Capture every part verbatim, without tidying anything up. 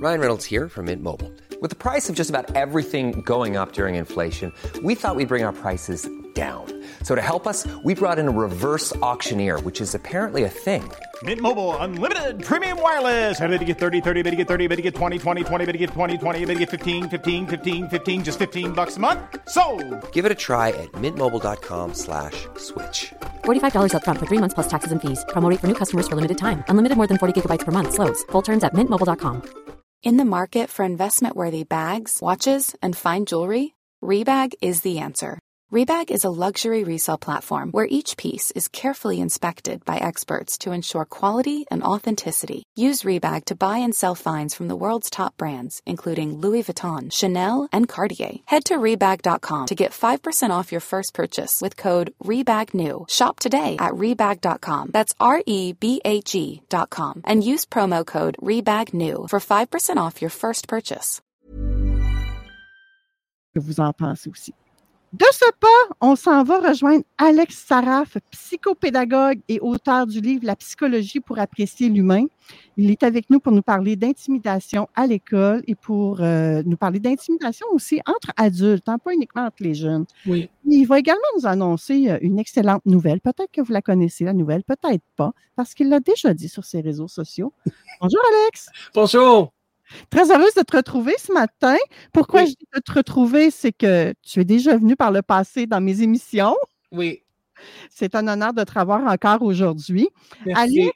Ryan Reynolds here from Mint Mobile. With the price of just about everything going up during inflation, we thought we'd bring our prices down. So to help us, we brought in a reverse auctioneer, which is apparently a thing. Mint Mobile Unlimited Premium Wireless. How to get thirty, thirty, how to get thirty, how to get twenty, twenty, twenty, how to get twenty, twenty, how to get fifteen, fifteen, fifteen, fifteen, just fifteen bucks a month? Sold! Give it a try at mintmobile.com slash switch. forty-five dollars up front for three months plus taxes and fees. Promo rate for new customers for limited time. Unlimited more than forty gigabytes per month. Slows full terms at mint mobile dot com. In the market for investment-worthy bags, watches, and fine jewelry, Rebag is the answer. Rebag is a luxury resale platform where each piece is carefully inspected by experts to ensure quality and authenticity. Use Rebag to buy and sell finds from the world's top brands, including Louis Vuitton, Chanel, and Cartier. Head to Rebag dot com to get five percent off your first purchase with code REBAGNEW. Shop today at Rebag dot com. That's R E B A G dot com. And use promo code REBAGNEW for five percent off your first purchase. Que vous en pensez aussi. De ce pas, on s'en va rejoindre Alex Saraf, psychopédagogue et auteur du livre La psychologie pour apprécier l'humain. Il est avec nous pour nous parler d'intimidation à l'école et pour euh, nous parler d'intimidation aussi entre adultes, hein, pas uniquement entre les jeunes. Oui. Il va également nous annoncer une excellente nouvelle. Peut-être que vous la connaissez, la nouvelle, peut-être pas, parce qu'il l'a déjà dit sur ses réseaux sociaux. Bonjour Alex! Bonjour! Très heureuse de te retrouver ce matin. Pourquoi Oui. je dis de te retrouver, c'est que tu es déjà venu par le passé dans mes émissions. Oui. C'est un honneur de te revoir encore aujourd'hui. Merci. Alex,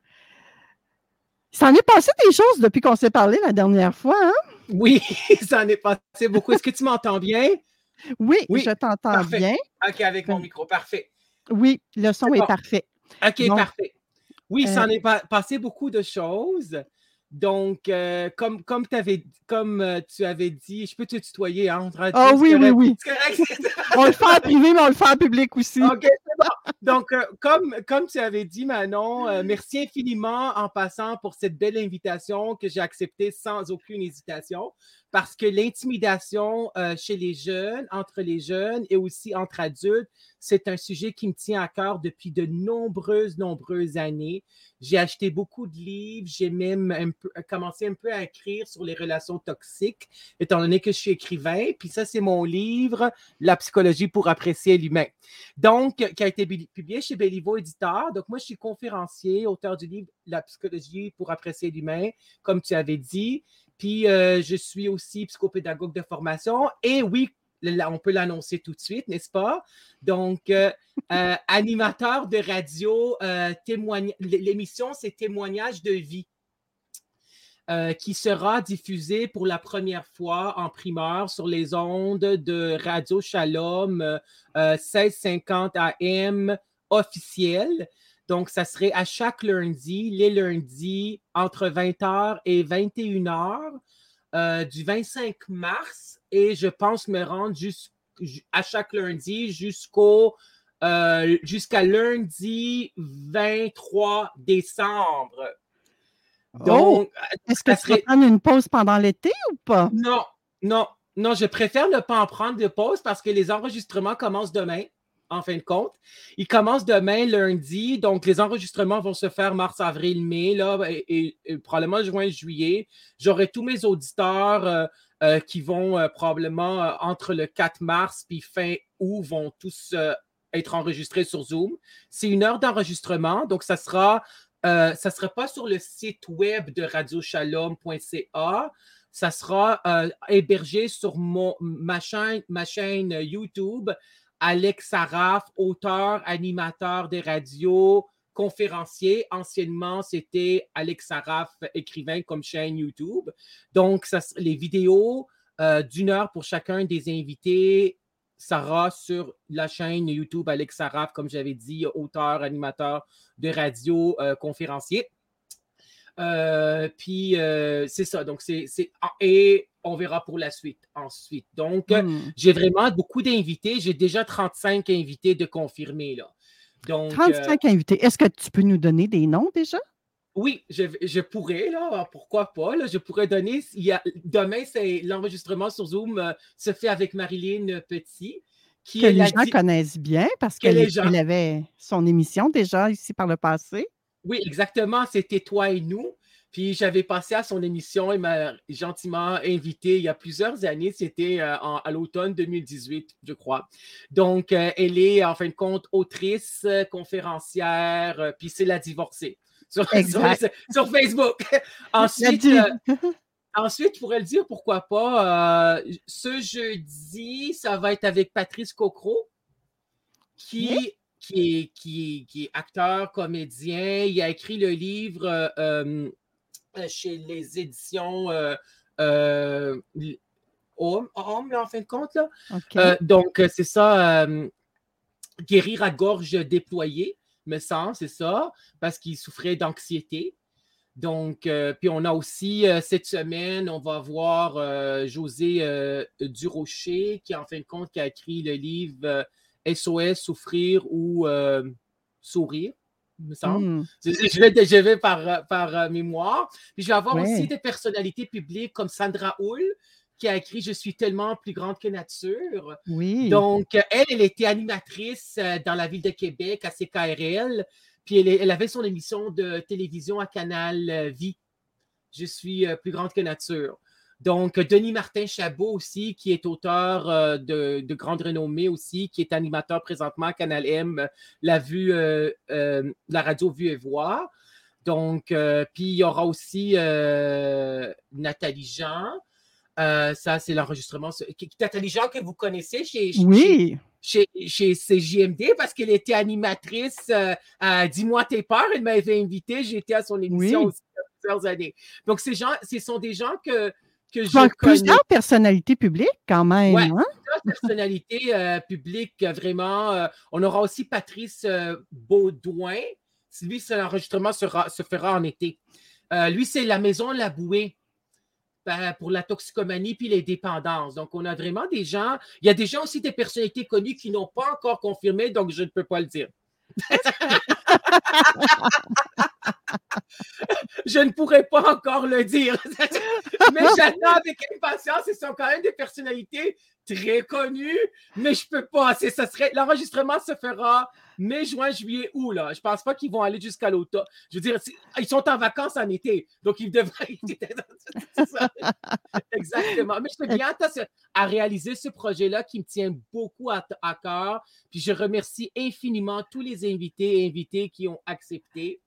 ça en est passé des choses depuis qu'on s'est parlé la dernière fois, hein? Oui, ça en est passé beaucoup. Est-ce que tu m'entends bien? Oui, Oui. je t'entends Parfait. bien. OK, avec mon micro. Parfait. Oui, le son C'est est bon. parfait. OK, Donc, parfait. Oui, euh, ça en est pa- passé beaucoup de choses. Donc, euh, comme, comme, t'avais- comme euh, tu avais dit, je peux te tutoyer, hein? on te radio, Ah c'est oui, oui, correct? oui. C'est correct? On le fait en privé, mais on le fait en public aussi. OK, c'est bon. Donc, euh, comme, comme tu avais dit, Manon, euh, merci infiniment en passant pour cette belle invitation que j'ai acceptée sans aucune hésitation, parce que l'intimidation euh, chez les jeunes, entre les jeunes et aussi entre adultes, c'est un sujet qui me tient à cœur depuis de nombreuses, nombreuses années. J'ai acheté beaucoup de livres, j'ai même un peu, commencé un peu à écrire sur les relations toxiques, étant donné que je suis écrivain. Puis ça, c'est mon livre, La psychologie pour apprécier l'humain. Donc, qui a été publié chez Béliveau Éditeur. Donc, moi, je suis conférencier, auteur du livre La psychologie pour apprécier l'humain, comme tu avais dit. Puis, euh, je suis aussi psychopédagogue de formation. Et oui, on peut l'annoncer tout de suite, n'est-ce pas? Donc, euh, euh, animateur de radio, euh, témoigne... l'émission, c'est Témoignages de vie, euh, qui sera diffusée pour la première fois en primeur sur les ondes de Radio Shalom euh, seize cinquante A M officiel. Donc, ça serait à chaque lundi, les lundis, entre vingt heures et vingt et une heures, euh, du vingt-cinq mars. Et je pense me rendre jusqu'- à chaque lundi jusqu'au euh, jusqu'à lundi vingt-trois décembre. Donc, Oh! Est-ce ça que tu vas serait... prendre une pause pendant l'été ou pas? Non, non, non, je préfère ne pas en prendre de pause parce que les enregistrements commencent demain, en fin de compte. Ils commencent demain, lundi, donc les enregistrements vont se faire mars, avril, mai, là, et, et- et probablement juin, juillet. J'aurai tous mes auditeurs euh, euh, qui vont euh, probablement euh, entre le quatre mars puis fin août vont tous euh, être enregistrés sur Zoom. C'est une heure d'enregistrement, donc ça sera, euh, ça sera pas sur le site web de radio shalom point c a. Ça sera euh, hébergé sur mon, ma, chaîne, ma chaîne YouTube, Alex Saraf, auteur, animateur de radio, conférencier. Anciennement, c'était Alex Saraf, écrivain comme chaîne YouTube. Donc, ça, les vidéos euh, d'une heure pour chacun des invités sera sur la chaîne YouTube Alex Saraf, comme j'avais dit, auteur, animateur de radio, euh, conférencier. Euh, puis, euh, c'est ça. Donc, c'est, c'est... Et on verra pour la suite ensuite. Donc, Hmm. j'ai vraiment beaucoup d'invités. J'ai déjà trente-cinq invités de confirmés, là. Donc, euh, trente-cinq invités. Est-ce que tu peux nous donner des noms déjà? oui, je, je pourrais, là. Alors, pourquoi pas, là. Je pourrais donner... Il y a, demain, c'est, l'enregistrement sur Zoom euh, se fait avec Marilyn Petit, qui Que est les la gens di- connaissent bien parce que qu'elle les gens- elle avait son émission déjà ici par le passé. Oui, exactement. C'était Toi et nous. Puis j'avais passé à son émission, il m'a gentiment invité il y a plusieurs années, c'était euh, en- à l'automne deux mille dix-huit, je crois. Donc, euh, elle est en fin de compte autrice, euh, conférencière, euh, puis c'est la divorcée sur, sur, Exact. les- sur Facebook. La Ensuite, di- euh, ensuite, je pourrais le dire, pourquoi pas, euh, ce jeudi, ça va être avec Patrice Cocro, qui, qui, est, qui, est, qui est acteur, comédien. Il a écrit le livre euh, euh, chez les éditions euh, euh, Homme, Homme, là, en fin de compte. Là. OK. Euh, donc, c'est ça, euh, guérir à gorge déployée, me semble, c'est ça, parce qu'il souffrait d'anxiété. Donc, euh, puis on a aussi, euh, cette semaine, on va voir euh, José euh, Durocher, qui, en fin de compte, qui a écrit le livre euh, S O S, Souffrir ou euh, Sourire, il me semble. Mm. Je, je vais, je vais par, par euh, mémoire. Puis je vais avoir Ouais. aussi des personnalités publiques comme Sandra Hull, qui a écrit « Je suis tellement plus grande que nature ». Oui. Donc, euh, elle, elle était animatrice euh, dans la ville de Québec à C K R L. Puis elle, elle avait son émission de télévision à Canal euh, Vie. Je suis euh, plus grande que nature. Donc, Denis Martin Chabot aussi, qui est auteur euh, de, de grande renommée aussi, qui est animateur présentement à Canal M, euh, la, vue, euh, euh, la radio Vue et Voir. Donc, euh, puis il y aura aussi euh, Nathalie Jean. Euh, ça, c'est l'enregistrement. Nathalie Jean, que vous connaissez chez, Oui. chez, chez, chez C J M D, parce qu'elle était animatrice euh, à Dis-moi tes peurs. Elle m'avait invité. J'étais à son émission Oui. aussi il y a plusieurs années. Donc, ces gens, ce sont des gens que, que je Donc, connais. plusieurs personnalités publiques, quand même. Ouais, Hein? plusieurs personnalités euh, publiques, euh, vraiment. Euh, on aura aussi Patrice euh, Baudouin. Lui, son enregistrement sera, se fera en été. Euh, lui, c'est la maison La Bouée pour la toxicomanie puis les dépendances. Donc, on a vraiment des gens... Il y a des gens aussi, des personnalités connues qui n'ont pas encore confirmé, donc je ne peux pas le dire. Je ne pourrais pas encore le dire. Mais j'attends avec impatience. Ce sont quand même des personnalités très connues, mais je ne peux pas. C'est, ça serait, l'enregistrement se fera mai, juin, juillet, août. Là. Je ne pense pas qu'ils vont aller jusqu'à l'automne. Je veux dire, ils sont en vacances en été, donc ils devraient... Exactement. Mais je suis bien à réaliser ce projet-là qui me tient beaucoup à, à cœur. Puis je remercie infiniment tous les invités et invités qui ont accepté.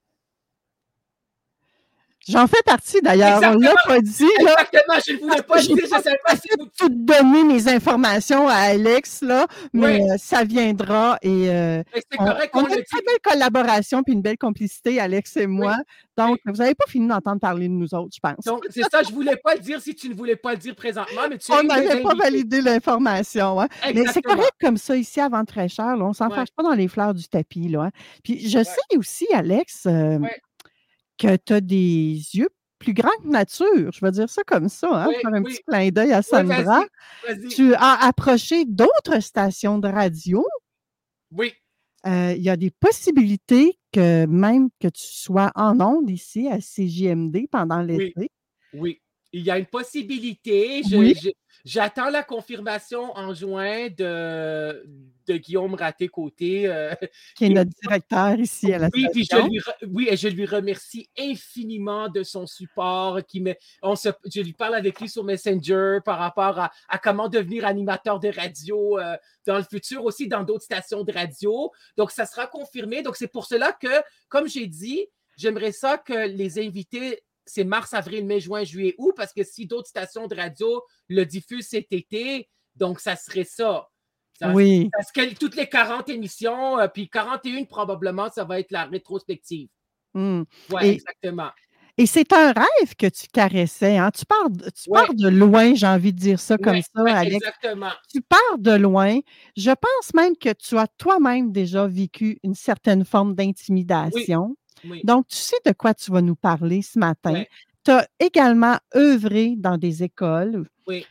J'en fais partie d'ailleurs, on ne l'a pas dit. Là. Exactement, je ne voulais pas le dire, je ne savais pas si vous... tout donner mes informations à Alex, là, mais oui. euh, ça viendra et euh, c'est correct on, on qu'on a une le très belle collaboration puis une belle complicité, Alex et moi. Oui. Donc, oui. vous n'avez pas fini d'entendre parler de nous autres, je pense. Donc, c'est ça, je ne voulais pas le dire si tu ne voulais pas le dire présentement, mais tu on n'avait pas validé l'information. Hein. Mais c'est correct comme ça ici à Vente très cher. Là, on ne s'en ouais. fâche pas dans les fleurs du tapis. Là, hein. Puis je ouais. sais aussi, Alex, euh, ouais. que tu as des yeux plus grand que nature, je vais dire ça comme ça, hein, oui, faire un oui. petit clin d'œil à Sandra. Oui, vas-y, vas-y. Tu as approché d'autres stations de radio. Oui. Euh, il y a des possibilités que même que tu sois en ondes ici à C J M D pendant l'été. Oui, oui. Il y a une possibilité. Je, oui. je, j'attends la confirmation en juin de, de Guillaume Raté-Côté. Euh, qui est notre directeur ici à la oui, station. Puis je lui, oui, et je lui remercie infiniment de son support. Qui me, on se, je lui parle avec lui sur Messenger par rapport à, à comment devenir animateur de radio euh, dans le futur, aussi dans d'autres stations de radio. Donc, ça sera confirmé. Donc, c'est pour cela que, comme j'ai dit, j'aimerais ça que les invités... c'est mars, avril, mai, juin, juillet, août, parce que si d'autres stations de radio le diffusent cet été, donc ça serait ça. ça oui. Parce que toutes les quarante émissions, euh, puis quarante et une probablement, ça va être la rétrospective. Mm. Oui, exactement. Et c'est un rêve que tu caressais. Hein? Tu, pars, tu ouais. pars de loin, j'ai envie de dire ça comme ouais, ça, ouais, Alex. Exactement. Tu pars de loin. Je pense même que tu as toi-même déjà vécu une certaine forme d'intimidation. Oui. Oui. Donc, tu sais de quoi tu vas nous parler ce matin. Ouais. Tu as également œuvré dans des écoles. Oui.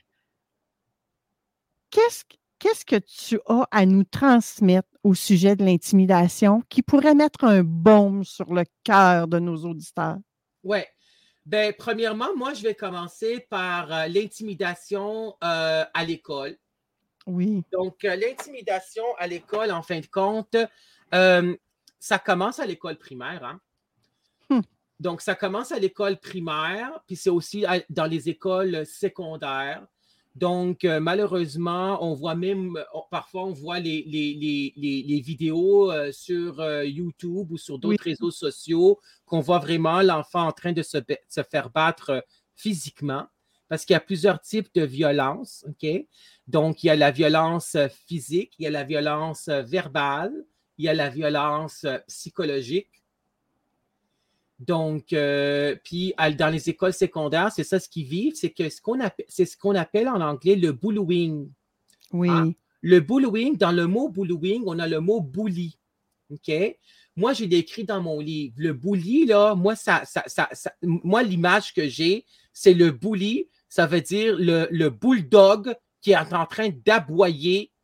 Qu'est-ce, qu'est-ce que tu as à nous transmettre au sujet de l'intimidation qui pourrait mettre un baume sur le cœur de nos auditeurs? Oui. Bien, premièrement, moi, je vais commencer par euh, l'intimidation euh, à l'école. Oui. Donc, euh, l'intimidation à l'école, en fin de compte, euh, ça commence à l'école primaire. Hein? Hum. Donc, ça commence à l'école primaire, puis c'est aussi à, dans les écoles secondaires. Donc, euh, malheureusement, on voit même, on, parfois, on voit les, les, les, les, les vidéos euh, sur euh, YouTube ou sur d'autres oui. réseaux sociaux qu'on voit vraiment l'enfant en train de se, se faire battre euh, physiquement, parce qu'il y a plusieurs types de violences, OK? Donc, il y a la violence physique, il y a la violence verbale, il y a la violence psychologique. Donc, euh, puis dans les écoles secondaires, c'est ça ce qu'ils vivent, c'est que ce qu'on appelle, c'est ce qu'on appelle en anglais le bullying. Oui. Hein? Le bullying, dans le mot bullying, on a le mot bully. OK? Moi, j'ai écrit dans mon livre. Le bully, là, moi, ça, ça, ça, ça, moi l'image que j'ai, c'est le bully, ça veut dire le, le bulldog qui est en train d'aboyer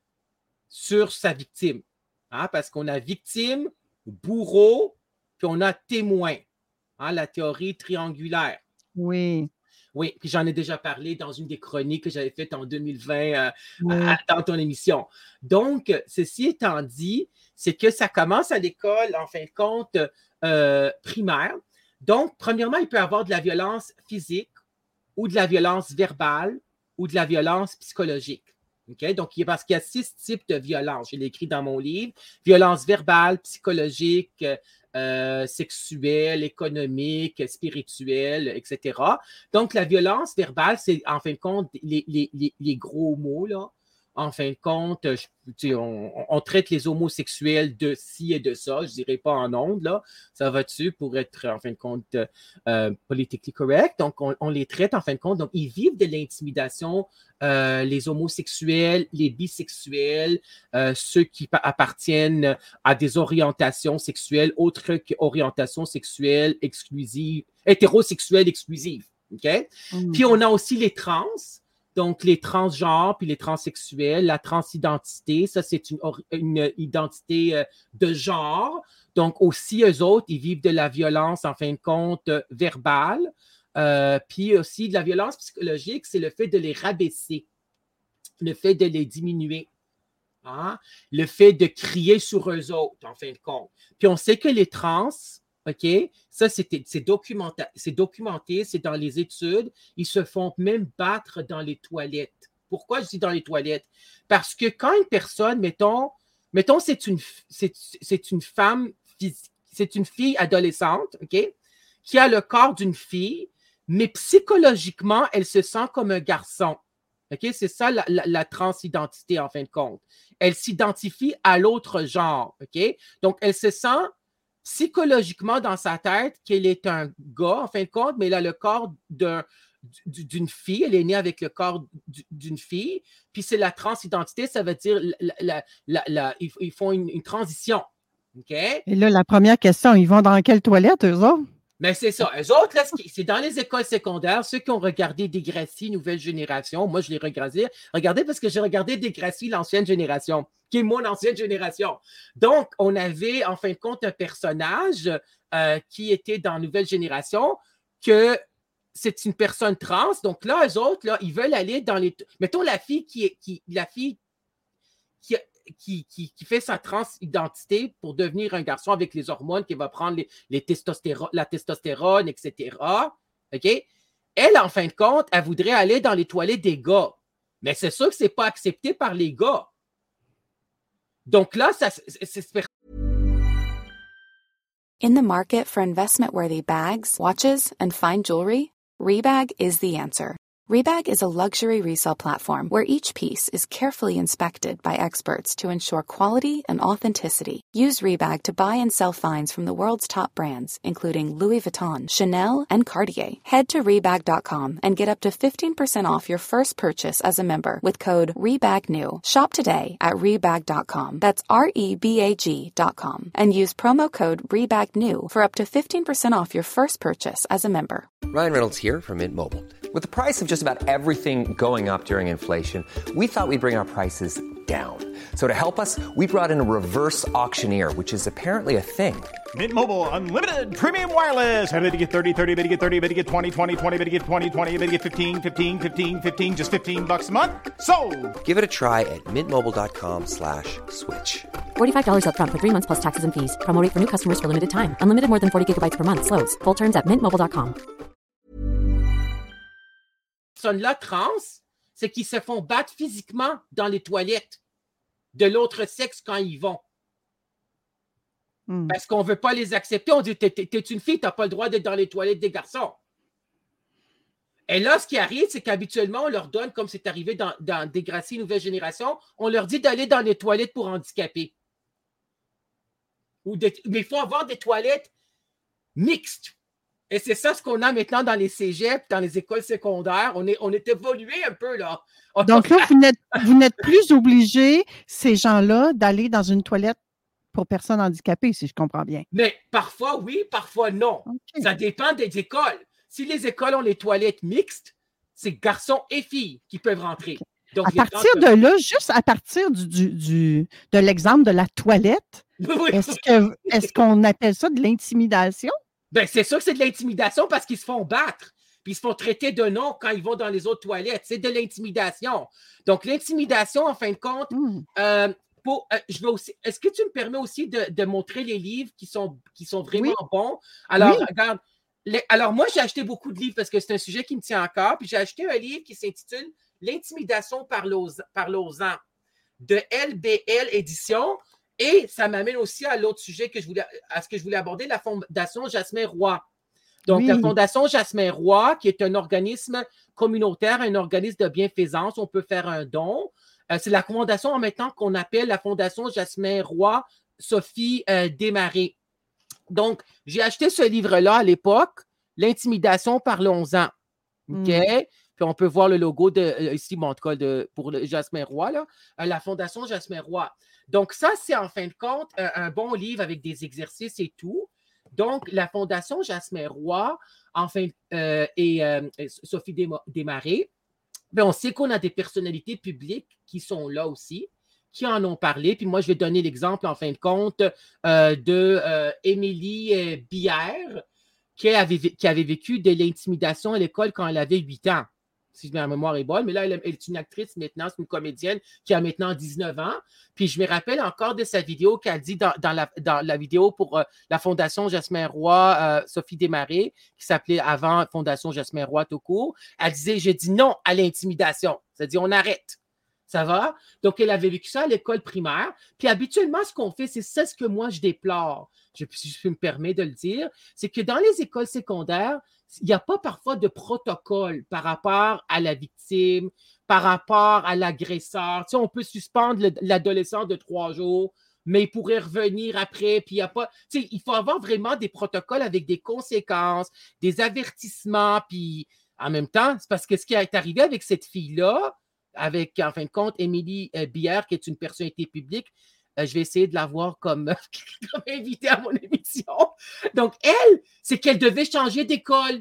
sur sa victime. Hein? Parce qu'on a victime, bourreau, puis on a témoin. Hein, la théorie triangulaire. Oui. Oui, puis j'en ai déjà parlé dans une des chroniques que j'avais faites en deux mille vingt euh, oui. à, dans ton émission. Donc, ceci étant dit, c'est que ça commence à l'école, en fin de compte, euh, primaire. Donc, premièrement, il peut y avoir de la violence physique ou de la violence verbale ou de la violence psychologique. Okay? Donc, parce qu'il y a six types de violence. Je l'ai écrit dans mon livre. Violence verbale, psychologique, Euh, sexuelle, économique, spirituelle, et cetera. Donc, la violence verbale, c'est en fin de compte les, les, les, les gros mots, là. En fin de compte, je, on, on traite les homosexuels de ci et de ça, je ne dirais pas en ondes, là. Ça va dessus pour être, en fin de compte, euh, politically correct. Donc, on, on les traite, en fin de compte. Donc, ils vivent de l'intimidation, euh, les homosexuels, les bisexuels, euh, ceux qui appartiennent à des orientations sexuelles autres qu'orientations sexuelles exclusives, hétérosexuelles exclusives. OK? Mm. Puis, on a aussi les trans. Donc, les transgenres puis les transsexuels, la transidentité, ça, c'est une, une identité de genre. Donc, aussi, eux autres, ils vivent de la violence, en fin de compte, verbale. Euh, puis aussi, de la violence psychologique, c'est le fait de les rabaisser, le fait de les diminuer, hein? Le fait de crier sur eux autres, en fin de compte. Puis, on sait que les trans, OK, ça, c'est, c'est, documenté, c'est documenté, c'est dans les études. Ils se font même battre dans les toilettes. Pourquoi je dis dans les toilettes? Parce que quand une personne, mettons, mettons c'est, une, c'est, c'est une femme, c'est une fille adolescente, OK, qui a le corps d'une fille, mais psychologiquement, elle se sent comme un garçon. OK, c'est ça la, la, la transidentité, en fin de compte. Elle s'identifie à l'autre genre, OK? Donc, elle se sent psychologiquement dans sa tête qu'elle est un gars, en fin de compte, mais elle a le corps d'un, d'une fille. Elle est née avec le corps d'une fille. Puis c'est la transidentité, ça veut dire la, la, la, la, ils font une, une transition. OK? Et là, la première question, ils vont dans quelle toilette, eux autres? Mais c'est ça. Eux autres, là, c'est dans les écoles secondaires, ceux qui ont regardé Degrassi, Nouvelle Génération. Moi, je l'ai regardé, regardé parce que j'ai regardé Degrassi, l'ancienne génération, qui est mon ancienne génération. Donc, on avait, en fin de compte, un personnage euh, qui était dans Nouvelle Génération, que c'est une personne trans. Donc là, eux autres, là, ils veulent aller dans les... Mettons la fille qui est... Qui, la fille qui... Qui, qui, qui fait sa transidentité pour devenir un garçon avec les hormones, qui va prendre les, les testastéro- la testostérone, et cetera. OK? Elle, en fin de compte, elle voudrait aller dans les toilettes des gars. Mais c'est sûr que ce n'est pas accepté par les gars. Donc là, ça, c'est, c'est... In the market for investment-worthy bags, watches, and fine jewelry, Rebag is the answer. Rebag is a luxury resale platform where each piece is carefully inspected by experts to ensure quality and authenticity. Use Rebag to buy and sell finds from the world's top brands, including Louis Vuitton, Chanel, and Cartier. Head to Rebag dot com and get up to fifteen percent off your first purchase as a member with code REBAGNEW. Shop today at Rebag dot com. That's R E B A G dot com. And use promo code REBAGNEW for up to fifteen percent off your first purchase as a member. Ryan Reynolds here from Mint Mobile. With the price of just about everything going up during inflation, we thought we'd bring our prices down. So to help us, we brought in a reverse auctioneer, which is apparently a thing. Mint Mobile Unlimited Premium Wireless. Ready to get thirty, thirty, bit to get thirty, bit to get twenty, twenty, twenty, bit to get twenty, twenty, bit to get fifteen, fifteen, fifteen, fifteen, just fifteen bucks a month? Sold! Give it a try at mintmobile.com slash switch. forty-five dollars up front for three months plus taxes and fees. Promo rate for new customers for limited time. Unlimited more than forty gigabytes per month. Slows full terms at mint mobile dot com. Personnes-là trans, c'est qu'ils se font battre physiquement dans les toilettes de l'autre sexe quand ils vont. Mm. Parce qu'on ne veut pas les accepter. On dit, t'es, t'es, t'es une fille, tu n'as pas le droit d'être dans les toilettes des garçons. Et là, ce qui arrive, c'est qu'habituellement, on leur donne, comme c'est arrivé dans, dans Degrassi Nouvelle Génération, on leur dit d'aller dans les toilettes pour handicapés. Ou de, mais il faut avoir des toilettes mixtes. Et c'est ça ce qu'on a maintenant dans les cégeps, dans les écoles secondaires. On est, on est évolué un peu, là. On Donc là, vous n'êtes, vous n'êtes plus obligés, ces gens-là, d'aller dans une toilette pour personnes handicapées, si je comprends bien. Mais parfois, oui, parfois, non. Okay. Ça dépend des écoles. Si les écoles ont les toilettes mixtes, c'est garçons et filles qui peuvent rentrer. Donc, à partir de là, juste à partir du, du, du, de l'exemple de la toilette, oui. est-ce, que, est-ce qu'on appelle ça de l'intimidation? Bien, c'est sûr que c'est de l'intimidation parce qu'ils se font battre. Puis ils se font traiter de nom quand ils vont dans les autres toilettes. C'est de l'intimidation. Donc, l'intimidation, en fin de compte, mmh. euh, pour, euh, je veux aussi, est-ce que tu me permets aussi de, de montrer les livres qui sont, qui sont vraiment oui. bons? Alors, oui. regarde. Les, alors, moi, j'ai acheté beaucoup de livres parce que c'est un sujet qui me tient à cœur. Puis j'ai acheté un livre qui s'intitule « L'intimidation par l'os, par l'osant » de L B L Éditions. Et ça m'amène aussi à l'autre sujet que je voulais, à ce que je voulais aborder, la Fondation Jasmin Roy. Donc, oui. la Fondation Jasmin Roy, qui est un organisme communautaire, un organisme de bienfaisance, on peut faire un don. Euh, c'est la fondation en maintenant qu'on appelle la Fondation Jasmin Roy Sophie euh, Desmarais. Donc, j'ai acheté ce livre-là à l'époque, L'intimidation par l'onzan. OK? Mm. Puis on peut voir le logo de, euh, ici, bon, en tout cas, de, pour le Jasmin Roy, là, euh, la Fondation Jasmin Roy. Donc, ça, c'est en fin de compte un, un bon livre avec des exercices et tout. Donc, la Fondation Jasmin Roy, enfin, euh, et euh, Sophie Desmarais, bien, on sait qu'on a des personnalités publiques qui sont là aussi, qui en ont parlé. Puis moi, je vais donner l'exemple, en fin de compte, euh, de euh, Émilie euh, Bière, qui avait, qui avait vécu de l'intimidation à l'école quand elle avait huit ans. Si ma mémoire est bonne, mais là, elle, elle est une actrice maintenant, c'est une comédienne qui a maintenant dix-neuf ans. Puis je me rappelle encore de sa vidéo qu'elle dit dans, dans, la, dans la vidéo pour euh, la Fondation Jasmin Roy, euh, Sophie Desmarais, qui s'appelait avant Fondation Jasmin Roy tout court. Elle disait, j'ai dit non à l'intimidation. C'est-à-dire, on arrête. Ça va? Donc, elle avait vécu ça à l'école primaire. Puis habituellement, ce qu'on fait, c'est ça ce que moi, je déplore, je, si je me permets de le dire, c'est que dans les écoles secondaires, il n'y a pas parfois de protocole par rapport à la victime, par rapport à l'agresseur. Tu sais, on peut suspendre le, l'adolescent de trois jours, mais il pourrait revenir après. Puis il y a pas. Tu sais, il faut avoir vraiment des protocoles avec des conséquences, des avertissements. Puis en même temps, c'est parce que ce qui est arrivé avec cette fille-là, avec, en fin de compte, Émilie euh, Bière, qui est une personnalité publique, euh, je vais essayer de la voir comme, comme invitée à mon émission. Donc, elle, c'est qu'elle devait changer d'école.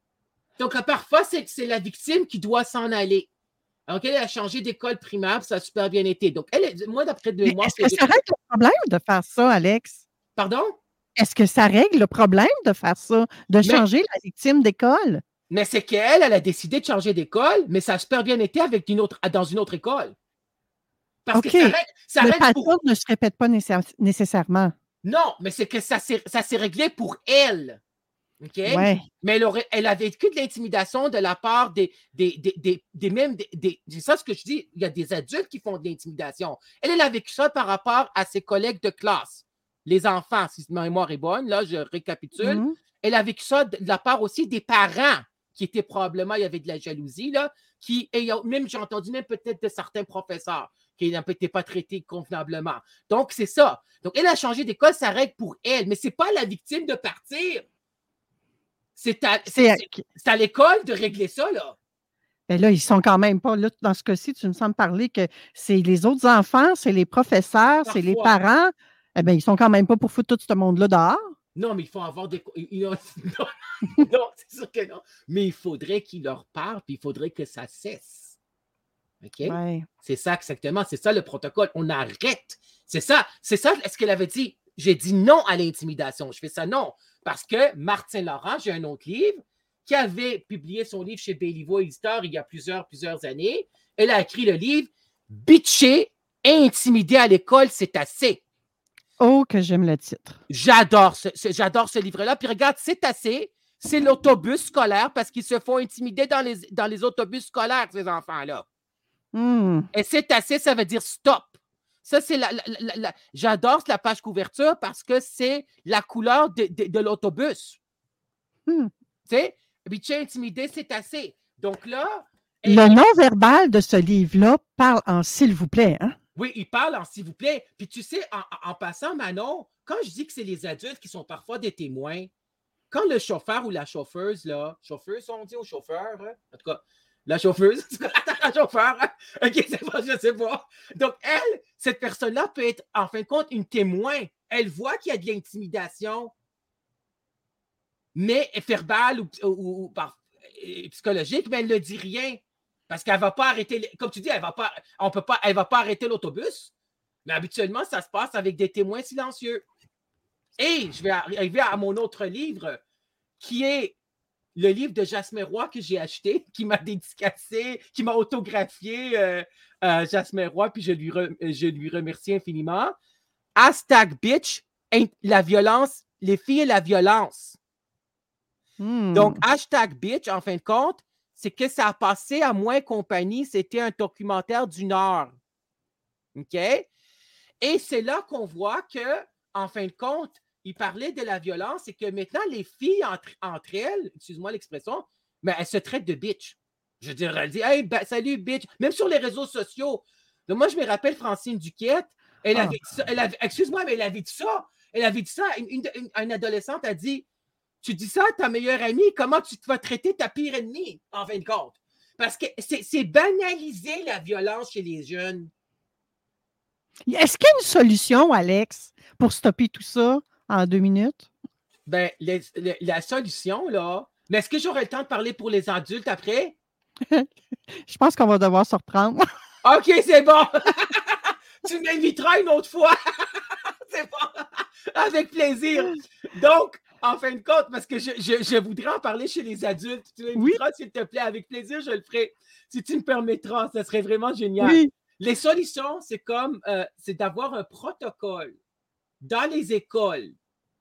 Donc, parfois, c'est, c'est la victime qui doit s'en aller. Donc, elle a changé d'école primaire, puis ça a super bien été. Donc, elle, moi, d'après de moi... Est-ce que ça règle le problème de faire ça, Alex? Pardon? Est-ce que ça règle le problème de faire ça, de mais, changer la victime d'école? Mais c'est qu'elle, elle a décidé de changer d'école, mais ça a super bien été avec une autre, dans une autre école. Parce OK. que ça règle, ça le règle pattern pour... ne se répète pas nécess- nécessairement. Non, mais c'est que ça s'est, ça s'est réglé pour elle. OK? Ouais. Mais elle, aurait, elle a vécu de l'intimidation de la part des, des, des, des, des mêmes. Des, des, c'est ça ce que je dis. Il y a des adultes qui font de l'intimidation. Elle, elle a vécu ça par rapport à ses collègues de classe. Les enfants, si ma mémoire est bonne, là, je récapitule. Mm-hmm. Elle a vécu ça de la part aussi des parents qui étaient probablement, il y avait de la jalousie, là, qui, et même, j'ai entendu même peut-être de certains professeurs qui n'étaient pas traités convenablement. Donc, c'est ça. Donc, elle a changé d'école, ça règle pour elle, mais ce n'est pas la victime de partir. C'est à, c'est, c'est, c'est à l'école de régler ça, là. Bien là, ils ne sont quand même pas, là, dans ce cas-ci, tu me sembles parler que c'est les autres enfants, c'est les professeurs, Parfois. c'est les parents. Eh bien, ils ne sont quand même pas pour foutre tout ce monde-là dehors. Non, mais il faut avoir des... Non, non, c'est sûr que non. Mais il faudrait qu'ils leur parlent, puis il faudrait que ça cesse. OK? Ouais. C'est ça exactement, c'est ça le protocole. On arrête. C'est ça, c'est ça ce qu'elle avait dit. J'ai dit non à l'intimidation. Je fais ça non. Parce que Martin Laurent, j'ai un autre livre, qui avait publié son livre chez Béliveau Éditeur il y a plusieurs, plusieurs années. Elle a écrit le livre « Bitcher, intimider à l'école, c'est assez ». Oh, que j'aime le titre. J'adore ce, ce- j'adore ce livre-là. Puis regarde, c'est assez. C'est l'autobus scolaire parce qu'ils se font intimider dans les, dans les autobus scolaires, ces enfants-là. Hmm. Et c'est assez, ça veut dire stop. Ça, c'est la, la- la- la- j'adore la page couverture parce que c'est la couleur de, de- de l'autobus. Hmm. Tu sais, bitcher, intimider, c'est assez. Donc là, Le elle- non-verbal de ce livre-là parle en s'il vous plaît. Hein? oui, il parle en s'il vous plaît. Puis tu sais, en, en- en passant, Manon, quand je dis que c'est les adultes qui sont parfois des témoins, quand le chauffeur ou la chauffeuse, là, chauffeuse, on dit au chauffeur, hein? En tout cas, la chauffeuse, la chauffeur, hein? OK, c'est pas, je sais pas. Donc, elle, cette personne-là peut être, en fin de compte, une témoin. Elle voit qu'il y a de l'intimidation, mais verbale ou, ou- ou par- euh, psychologique, mais elle ne dit rien. Parce qu'elle ne va pas arrêter, comme tu dis, elle va pas, on peut pas, elle va pas arrêter l'autobus. Mais habituellement, ça se passe avec des témoins silencieux. Et je vais arriver à mon autre livre, qui est le livre de Jasmin Roy que j'ai acheté, qui m'a dédicacé, qui m'a autographié euh, euh, Jasmin Roy, puis je lui, re- je lui remercie infiniment. Hashtag bitch, la violence, les filles et la violence. Hmm. Donc, hashtag bitch, en fin de compte, c'est que ça a passé à Moins Compagnie. C'était un documentaire d'une heure. OK? Et c'est là qu'on voit que, en fin de compte, il parlait de la violence et que maintenant, les filles entre, entre elles, excuse-moi l'expression, mais elles se traitent de bitch. Je veux dire, elle dit, hey, ben, salut, bitch. Même sur les réseaux sociaux. Donc, moi, je me rappelle Francine Duquette. Elle Ah. avait dit ça. Elle avait, excuse-moi, mais elle avait dit ça. Elle avait dit ça. Une, une, une, une adolescente a dit, tu dis ça à ta meilleure amie, comment tu vas traiter ta pire ennemie, en fin de compte? Parce que c'est, c'est banaliser la violence chez les jeunes. Est-ce qu'il y a une solution, Alex, pour stopper tout ça en deux minutes? Ben, les- les- la solution, là. Mais est-ce que j'aurai le temps de parler pour les adultes après? Je pense qu'on va devoir se reprendre. OK, c'est bon. Tu m'inviteras une autre fois. C'est bon. Avec plaisir. Donc, en fin de compte, parce que je, je- je voudrais en parler chez les adultes. Tu m'inviteras, s'il te plaît, avec plaisir, je le ferai. Si tu me permettras, ça serait vraiment génial. Oui. Les solutions, c'est comme, euh, c'est d'avoir un protocole dans les écoles.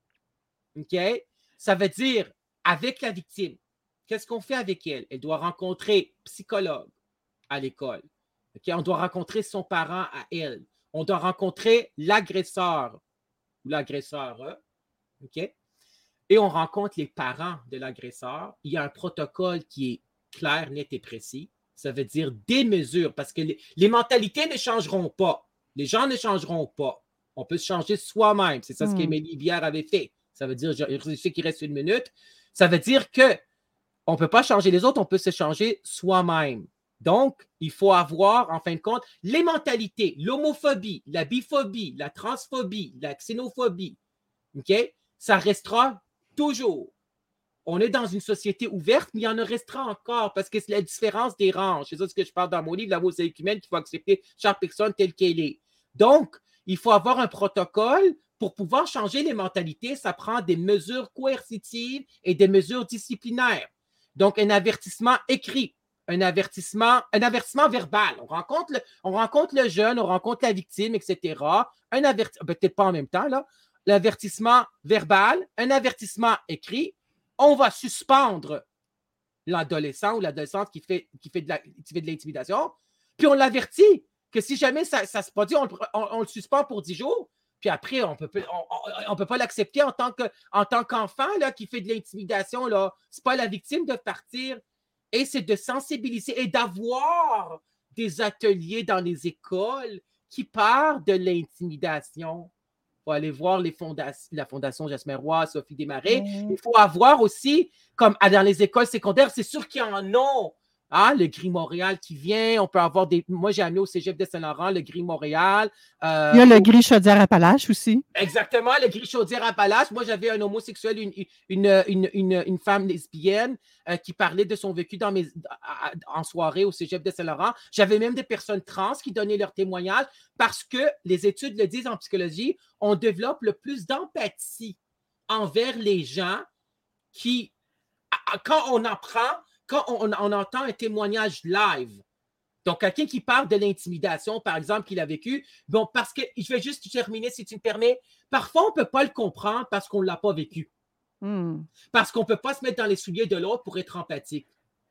OK? Ça veut dire, avec la victime, qu'est-ce qu'on fait avec elle? Elle doit rencontrer psychologue à l'école. OK? On doit rencontrer son parent à elle. On doit rencontrer l'agresseur ou l'agresseur. Hein? OK? Et on rencontre les parents de l'agresseur. Il y a un protocole qui est clair, net et précis. Ça veut dire des mesures, parce que les, les mentalités ne changeront pas. Les gens ne changeront pas. On peut se changer soi-même. C'est ça ce Mm. qu'Émilie Bière avait fait. Ça veut dire, je, je sais qu'il reste une minute, ça veut dire que on ne peut pas changer les autres, on peut se changer soi-même. Donc, il faut avoir, en fin de compte, les mentalités, l'homophobie, la biphobie, la transphobie, la xénophobie. OK? Ça restera toujours. On est dans une société ouverte, mais il y en restera encore parce que c'est la différence dérange. C'est ça ce que je parle dans mon livre, La mosaïque humaine, qu'il faut accepter chaque personne telle qu'elle est. Donc, il faut avoir un protocole pour pouvoir changer les mentalités. Ça prend des mesures coercitives et des mesures disciplinaires. Donc, un avertissement écrit, un avertissement, un avertissement verbal. On rencontre, le, on rencontre le jeune, on rencontre la victime, et cetera. Un avertissement, peut-être pas en même temps, là. L'avertissement verbal, un avertissement écrit. On va suspendre l'adolescent ou l'adolescente qui fait, qui fait de, la, qui fait de l'intimidation, puis on l'avertit que si jamais ça, ça se produit, on, on, on le suspend pour dix jours, puis après, on peut, on, on peut pas l'accepter en tant, que, en tant qu'enfant là, qui fait de l'intimidation. Là. C'est pas la victime de partir. Et c'est de sensibiliser et d'avoir des ateliers dans les écoles qui parlent de l'intimidation. Il faut aller voir les fondations, la Fondation Jasmin Roy, Sophie Desmarais. Mmh. Il faut avoir aussi, comme dans les écoles secondaires, c'est sûr qu'il y en a Ah, le Gris Montréal qui vient. On peut avoir des. Moi, j'ai amené au Cégep de Saint-Laurent le Gris Montréal. Euh, Il y a le au... Gris Chaudière-Appalaches aussi. Exactement, le Gris Chaudière-Appalaches. Moi, j'avais un homosexuel, une, une, une, une, une femme lesbienne euh, qui parlait de son vécu dans mes, en soirée au Cégep de Saint-Laurent. J'avais même des personnes trans qui donnaient leur témoignage parce que les études le disent en psychologie, on développe le plus d'empathie envers les gens qui, quand on apprend, quand on, on entend un témoignage live, donc quelqu'un qui parle de l'intimidation, par exemple, qu'il a vécu, bon, parce que, je vais juste terminer si tu me permets, parfois on ne peut pas le comprendre parce qu'on ne l'a pas vécu. Mm. Parce qu'on ne peut pas se mettre dans les souliers de l'autre pour être empathique.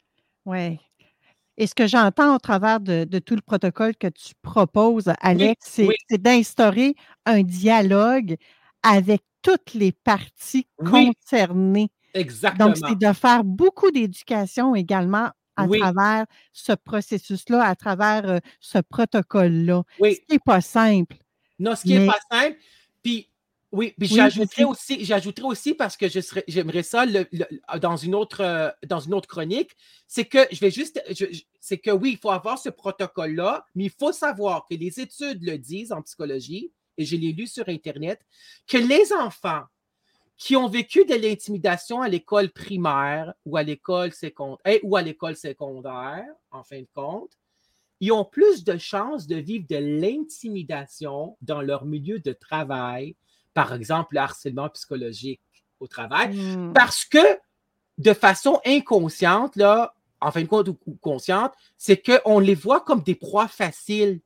Oui. Et ce que j'entends au travers de, de tout le protocole que tu proposes, Alex, oui, c'est, oui. c'est d'instaurer un dialogue avec toutes les parties oui. concernées. Exactement. Donc, c'est de faire beaucoup d'éducation également à oui. travers ce processus-là, à travers euh, ce protocole-là. Oui. Ce qui n'est pas simple. Non, ce qui n'est mais... pas simple. Puis, oui, puis oui, j'ajouterais aussi, j'ajouterais aussi parce que je serais, j'aimerais ça le, le, dans, une autre, euh, dans une autre chronique, c'est que je vais juste, je, je, c'est que oui, il faut avoir ce protocole-là, mais il faut savoir que les études le disent en psychologie, et je l'ai lu sur Internet, que les enfants qui ont vécu de l'intimidation à l'école primaire ou à l'école secondaire, ou à l'école secondaire, en fin de compte, ils ont plus de chances de vivre de l'intimidation dans leur milieu de travail, par exemple le harcèlement psychologique au travail, mmh. parce que de façon inconsciente, là, en fin de compte ou consciente, c'est qu'on les voit comme des proies faciles.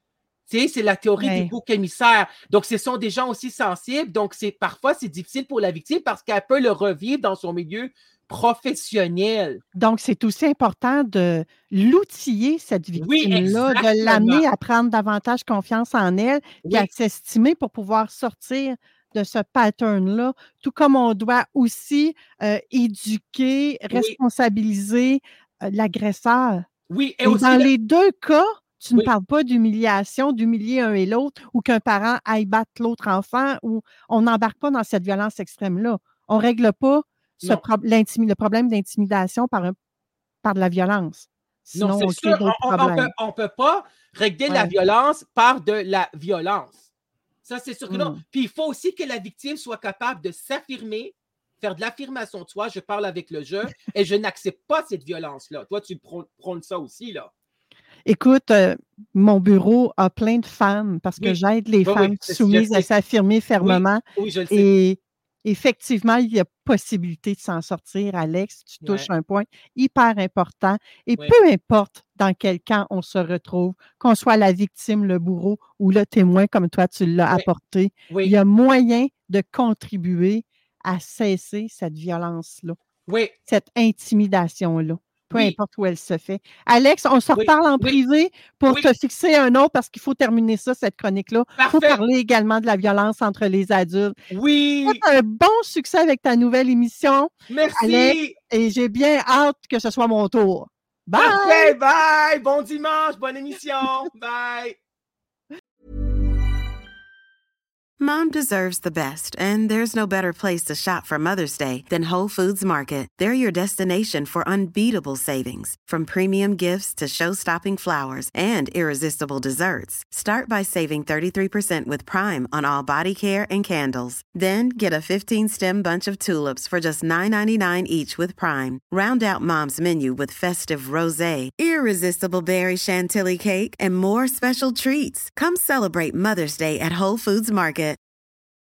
Tu sais, c'est la théorie ouais. du bouc émissaire. Donc, ce sont des gens aussi sensibles. Donc, c'est, parfois, c'est difficile pour la victime parce qu'elle peut le revivre dans son milieu professionnel. Donc, c'est aussi important de l'outiller, cette victime-là, oui, de l'amener à prendre davantage confiance en elle et oui. à s'estimer pour pouvoir sortir de ce pattern-là, tout comme on doit aussi euh, éduquer, oui. responsabiliser euh, l'agresseur. Oui, et, et aussi dans le... les deux cas, tu oui. ne parles pas d'humiliation, d'humilier un et l'autre, ou qu'un parent aille battre l'autre enfant, ou on n'embarque pas dans cette violence extrême-là. On ne règle pas ce pro- le problème d'intimidation par, un, par de la violence. Sinon, non, c'est on sûr, on ne peut pas régler ouais. la violence par de la violence. Ça, c'est sûr que mm. non. Puis il faut aussi que la victime soit capable de s'affirmer, faire de l'affirmation de soi. Je parle avec le jeu et je n'accepte pas cette violence-là. Toi, tu prônes ça aussi, là. Écoute, euh, mon bureau a plein de femmes parce que oui. j'aide les oui, femmes oui, soumises à s'affirmer fermement. Oui, oui, je le sais. Et effectivement, il y a possibilité de s'en sortir, Alex. Tu touches ouais. un point hyper important. Et ouais. peu importe dans quel camp on se retrouve, qu'on soit la victime, le bourreau ou le témoin, comme toi, tu l'as ouais. apporté, il y a moyen de contribuer à cesser cette violence-là, oui. cette intimidation-là. Peu oui. importe où elle se fait. Alex, on se reparle oui. en privé pour oui. te fixer un autre parce qu'il faut terminer ça, cette chronique-là. Il faut parler également de la violence entre les adultes. Oui! Un bon succès avec ta nouvelle émission. Merci! Alex, et j'ai bien hâte que ce soit mon tour. Bye! Parfait, bye! Bon dimanche, bonne émission! Bye! Mom deserves the best, and there's no better place to shop for Mother's Day than Whole Foods Market. They're your destination for unbeatable savings, from premium gifts to show-stopping flowers and irresistible desserts. Start by saving thirty-three percent with Prime on all body care and candles. Then get a fifteen-stem bunch of tulips for just nine ninety-nine each with Prime. Round out Mom's menu with festive rosé, irresistible berry chantilly cake, and more special treats. Come celebrate Mother's Day at Whole Foods Market.